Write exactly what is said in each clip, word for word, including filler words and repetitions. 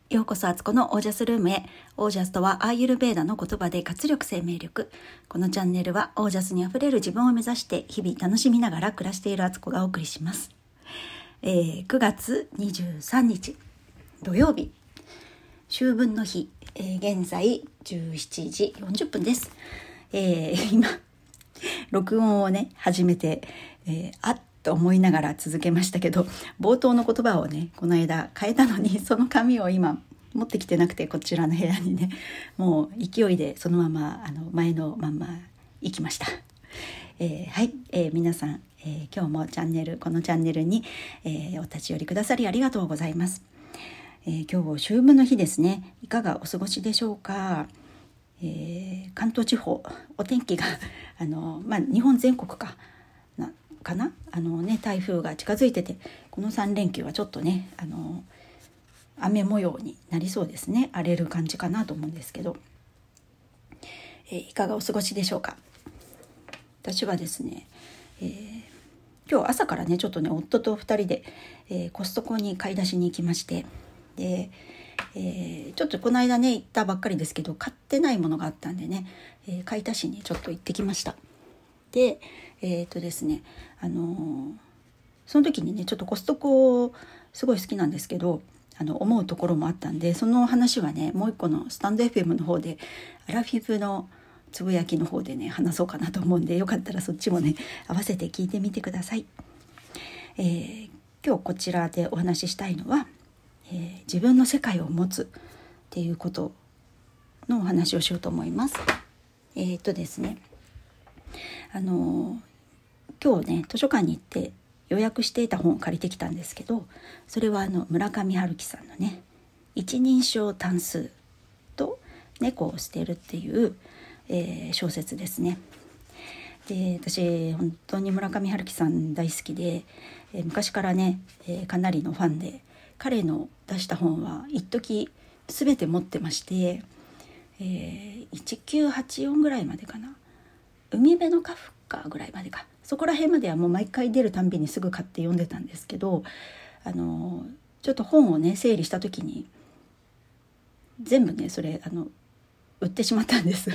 ようこそアツコのオージャスルームへ。オージャスとはアーユルベーダの言葉で活力生命力。このチャンネルはオージャスにあふれる自分を目指して日々楽しみながら暮らしているアツコがお送りします。えー、くがつにじゅうさんにち土曜日、秋分の日、えー、現在じゅうしちじよんじゅっぷんです。えー、今録音をね始めて、えー、あっと思いながら続けましたけど、冒頭の言葉をねこの間変えたのに、その紙を今持ってきてなくて、こちらの部屋にねもう勢いでそのままあの前のまんま行きました。えー、はい、えー、皆さん、えー、今日もチャンネルこのチャンネルに、えー、お立ち寄りくださりありがとうございます。えー、今日秋分の日ですね。いかがお過ごしでしょうか。えー、関東地方お天気があの、まあ、日本全国かなかなあの、ね、台風が近づいてて、このさんれんきゅうはちょっとねあの雨模様になりそうですね。荒れる感じかなと思うんですけど、えー、いかがお過ごしでしょうか。私はですね、えー、今日朝からねちょっとね夫とふたりで、えー、コストコに買い出しに行きまして、でえー、ちょっとこの間ね行ったばっかりですけど、買ってないものがあったんでね、えー、買い足しにちょっと行ってきました。でえー、とですねあのー、その時にねちょっとコストコすごい好きなんですけど、あの思うところもあったんで、その話はねもう一個のスタンド エフエム の方で、アラフィフのつぶやきの方でね話そうかなと思うんで、よかったらそっちもね合わせて聞いてみてください。えー、今日こちらでお話ししたいのは、えー、自分の世界を持つっていうことのお話をしようと思います。えー、っとですねあの今日ね図書館に行って予約していた本を借りてきたんですけど、それはあの村上春樹さんのね一人称単数と猫を捨てるっていう、えー、小説ですね。で私本当に村上春樹さん大好きで、えー、昔からね、えー、かなりのファンで、彼の出した本は一時全て持ってまして、えー、いちきゅうはちよんぐらいまでかな、海辺のカフカぐらいまでか、そこら辺まではもう毎回出るたんびにすぐ買って読んでたんですけど、あのちょっと本をね整理した時に全部ねそれあの売ってしまったんです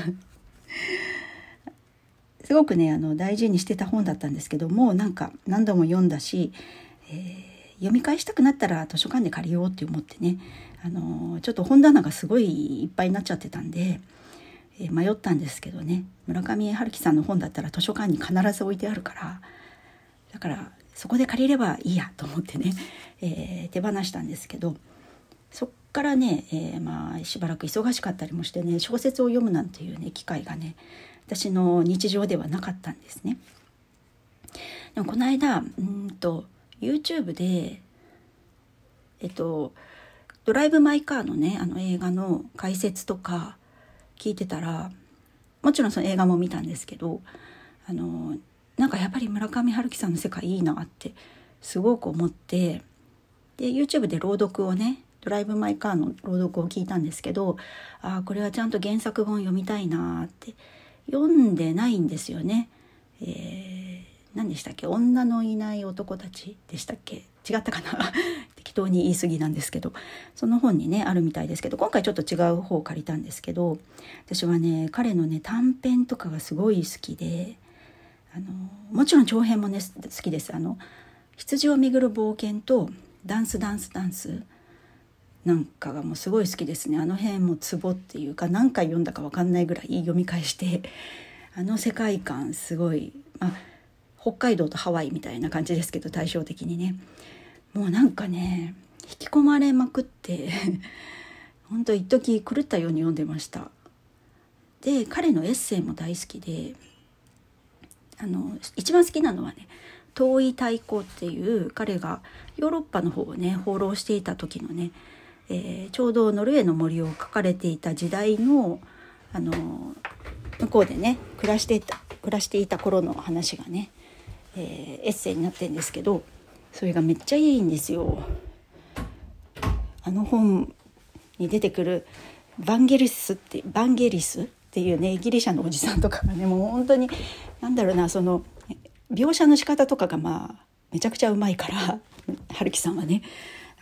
すごくねあの大事にしてた本だったんですけども、なんか何度も読んだし、えー、読み返したくなったら図書館で借りようって思ってね、あのちょっと本棚がすごいいっぱいになっちゃってたんで、えー、迷ったんですけどね、村上春樹さんの本だったら図書館に必ず置いてあるから、だからそこで借りればいいやと思ってね、えー、手放したんですけど、そっからね、えー、まあしばらく忙しかったりもしてね、小説を読むなんていうね機会がね私の日常ではなかったんですね。でもこの間うんと YouTube でえっとドライブ・マイ・カーのねあの映画の解説とか聞いてたら、もちろんその映画も見たんですけど、あのなんかやっぱり村上春樹さんの世界いいなってすごく思って、で YouTube で朗読をねドライブ・マイ・カーの朗読を聞いたんですけど、あこれはちゃんと原作本読みたいなって。読んでないんですよね。えー、何でしたっけ、女のいない男たちでしたっけ、違ったかな適当に言い過ぎなんですけど、その本にねあるみたいですけど、今回ちょっと違う方を借りたんですけど、私はね彼のね短編とかがすごい好きで、あのもちろん長編もね好きです。あの羊をめぐる冒険とダンスダンスダンスなんかがもうすごい好きですね。あの辺もツボっていうか、何回読んだか分かんないぐらい読み返して、あの世界観すごい、まあ、北海道とハワイみたいな感じですけど、対照的にねもうなんかね引き込まれまくって本当一時狂ったように読んでました。で彼のエッセイも大好きで、あの一番好きなのはね遠い太鼓っていう、彼がヨーロッパの方をね放浪していた時のね、えー、ちょうどノルウェーの森を書かれていた時代の、あの向こうでね暮らしていた暮らしていた頃の話がね、えー、エッセイになってるんですけど、それがめっちゃいいんですよ。あの本に出てくるバンゲリスってバンゲリスっていうねギリシャのおじさんとかがね、もう本当になんだろうな、その描写の仕方とかがまあめちゃくちゃうまいから春樹さんはね、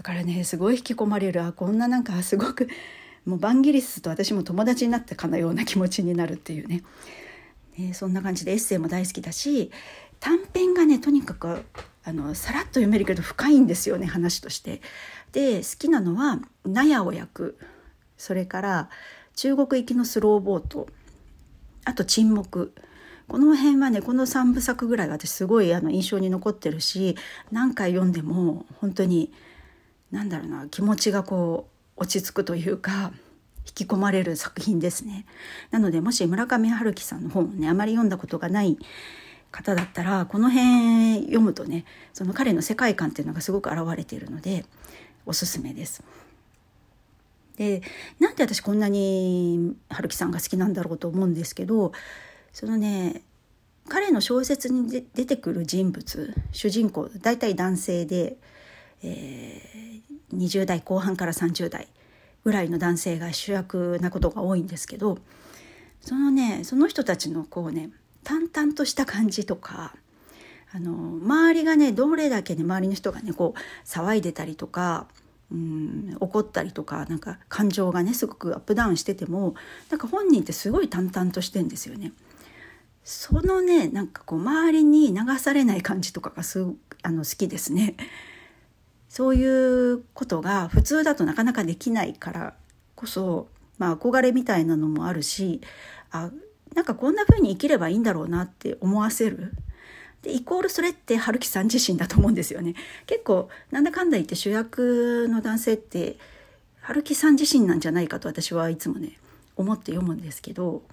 だからねすごい引き込まれる。あこんななんかすごくもうバンギリスと私も友達になったかのような気持ちになるっていうね。ねそんな感じでエッセイも大好きだし、短編がねとにかくあのさらっと読めるけど深いんですよね、話として。で好きなのは納屋を焼く、それから中国行きのスローボート、あと沈黙。この辺はねこのさんぶさくぐらい私すごいあの印象に残ってるし、何回読んでも本当になんだろうな、気持ちがこう落ち着くというか引き込まれる作品ですね。なのでもし村上春樹さんの本をねあまり読んだことがない方だったらこの辺読むとね、その彼の世界観っていうのがすごく現れているのでおすすめです。でなんで私こんなに春樹さんが好きなんだろうと思うんですけど、そのね彼の小説にで出てくる人物、主人公大体男性で、えー、にじゅう代後半からさんじゅう代ぐらいの男性が主役なことが多いんですけど、そのねその人たちのこうね淡々とした感じとか、あの周りがねどれだけね周りの人がねこう騒いでたりとか、うん怒ったりとか、なんか感情がねすごくアップダウンしてても、なんか本人ってすごい淡々としてんですよね。そのねなんかこう周りに流されない感じとかがすあの好きですね。そういうことが普通だとなかなかできないからこそ、まあ憧れみたいなのもあるし、あなんかこんな風に生きればいいんだろうなって思わせる。でイコールそれって春樹さん自身だと思うんですよね。結構なんだかんだ言って主役の男性って春樹さん自身なんじゃないかと私はいつもね思って読むんですけど、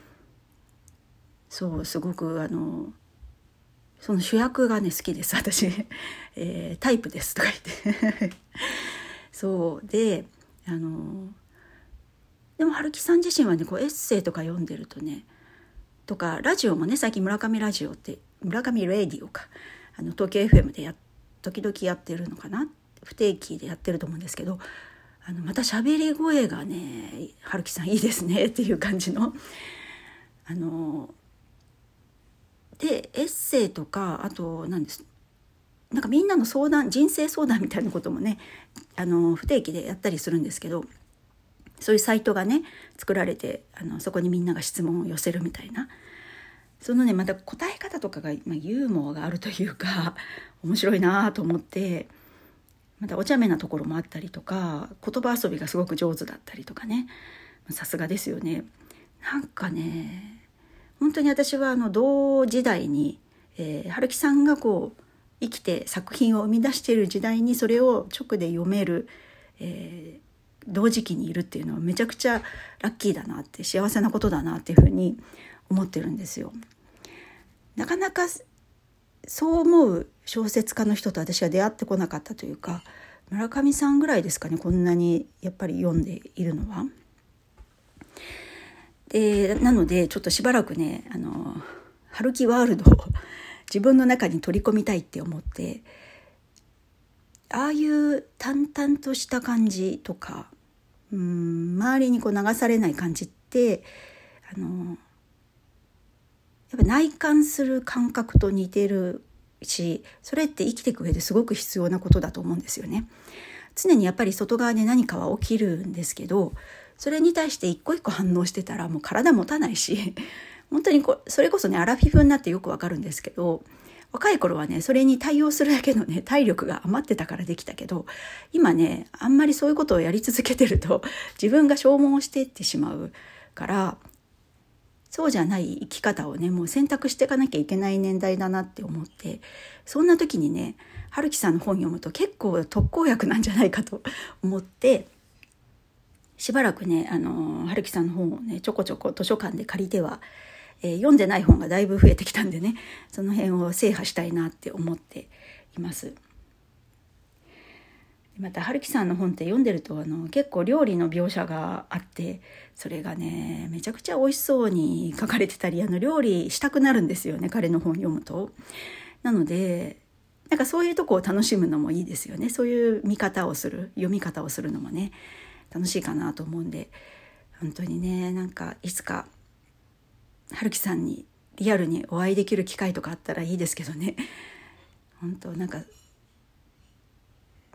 そうすごくあのその主役がね好きです私、えー、タイプですとか言ってそうであのでも春樹さん自身はねこうエッセイとか読んでるとね、とかラジオもね最近村上ラジオって村上レディオかあの東京 エフエム でや時々やってるのかな、不定期でやってると思うんですけど、あのまた喋り声がね春樹さんいいですねっていう感じのあのでエッセイとかあと何ですなんかみんなの相談人生相談みたいなこともねあの不定期でやったりするんですけど、そういうサイトがね作られてあのそこにみんなが質問を寄せるみたいな、そのねまた答え方とかが、まあ、ユーモアがあるというか面白いなと思って、またお茶目なところもあったりとか言葉遊びがすごく上手だったりとかね、さすがですよね。なんかね本当に私はあの同時代に、えー、春樹さんがこう生きて作品を生み出している時代にそれを直で読める、えー、同時期にいるっていうのはめちゃくちゃラッキーだなって、幸せなことだなっていうふうに思ってるんですよ。なかなかそう思う小説家の人と私は出会ってこなかったというか、村上さんぐらいですかねこんなにやっぱり読んでいるのは。でなのでちょっとしばらくねあの春樹ワールドを自分の中に取り込みたいって思って、ああいう淡々とした感じとか、うーん周りにこう流されない感じってあのやっぱ内観する感覚と似てるし、それって生きていく上ですごく必要なことだと思うんですよね。常にやっぱり外側で何かは起きるんですけど、それに対して一個一個反応してたらもう体持たないし本当にこそれこそねアラフィフになってよくわかるんですけど、若い頃はねそれに対応するだけのね体力が余ってたからできたけど、今ねあんまりそういうことをやり続けてると自分が消耗していってしまうから、そうじゃない生き方をねもう選択していかなきゃいけない年代だなって思って、そんな時にね春樹さんの本読むと結構特効薬なんじゃないかと思って、しばらくねあの春樹さんの本をねちょこちょこ図書館で借りては、えー、読んでない本がだいぶ増えてきたんでね、その辺を制覇したいなって思っています。また春樹さんの本って読んでるとあの結構料理の描写があって、それがねめちゃくちゃ美味しそうに書かれてたり、あの料理したくなるんですよね彼の本読むと。なのでなんかそういうとこを楽しむのもいいですよね。そういう見方をする読み方をするのもね楽しいかなと思うんで、本当にねなんかいつか春樹さんにリアルにお会いできる機会とかあったらいいですけどね。本当なんか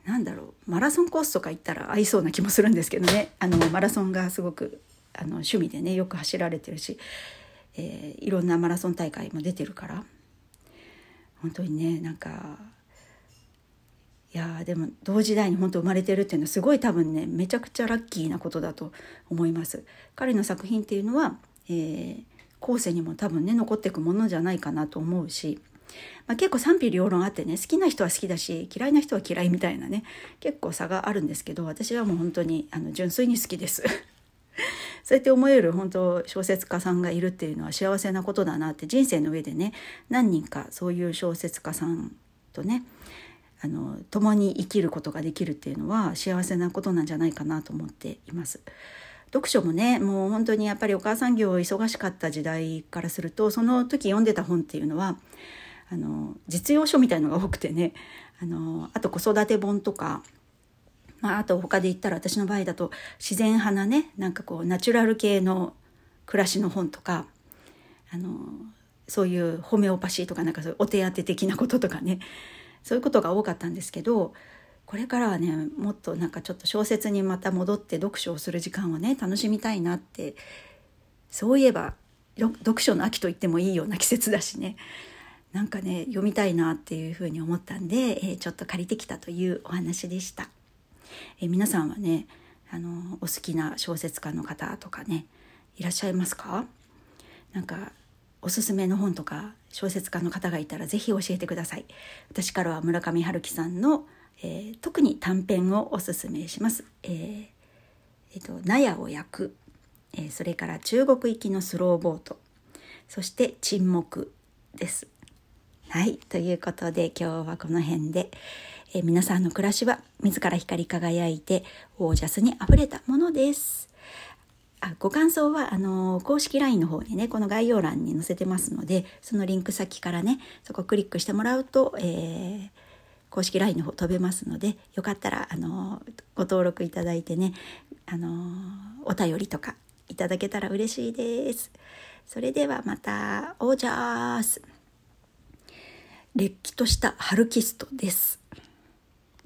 なんだろうマラソンコースとか行ったら合いそうな気もするんですけどね。あのマラソンがすごくあの趣味でねよく走られてるし、えー、いろんなマラソン大会も出てるから本当にねなんかいやでも同時代に本当生まれてるっていうのはすごい多分ねめちゃくちゃラッキーなことだと思います。彼の作品っていうのは、えー、後世にも多分ね残っていくものじゃないかなと思うし、まあ、結構賛否両論あってね好きな人は好きだし嫌いな人は嫌いみたいなね結構差があるんですけど、私はもう本当にあの純粋に好きですそうやって思える本当小説家さんがいるっていうのは幸せなことだなって、人生の上でね何人かそういう小説家さんとねあの共に生きることができるっていうのは幸せなことなんじゃないかなと思っています。読書もねもう本当にやっぱりお母さん業忙しかった時代からするとその時読んでた本っていうのはあの実用書みたいのが多くてね、あのあと子育て本とか、まあ、あと他で言ったら私の場合だと自然派なねなんかこうナチュラル系の暮らしの本とか、あのそういうホメオパシーとかなんかそういうお手当的なこととかねそういうことが多かったんですけど、これからはねもっとなんかちょっと小説にまた戻って読書をする時間をね楽しみたいなって、そういえば読書の秋と言ってもいいような季節だしねなんかね読みたいなっていうふうに思ったんで、えー、ちょっと借りてきたというお話でした。えー、皆さんはねあのお好きな小説家の方とかねいらっしゃいますか？なんかおすすめの本とか小説家の方がいたらぜひ教えてください。私からは村上春樹さんの、えー、特に短編をおすすめします。えーえー、と納屋を焼く、えー、それから中国行きのスローボート、そして沈黙です。はい、ということで今日はこの辺で、えー、皆さんの暮らしは自ら光り輝いてオージャスにあふれたものです。あご感想はあの公式 ライン の方にねこの概要欄に載せてますので、そのリンク先からねそこをクリックしてもらうと、えー、公式 ライン の方飛べますので、よかったらあのご登録いただいてねあのお便りとかいただけたら嬉しいです。それではまた。オージャース。れっきとしたハルキストです。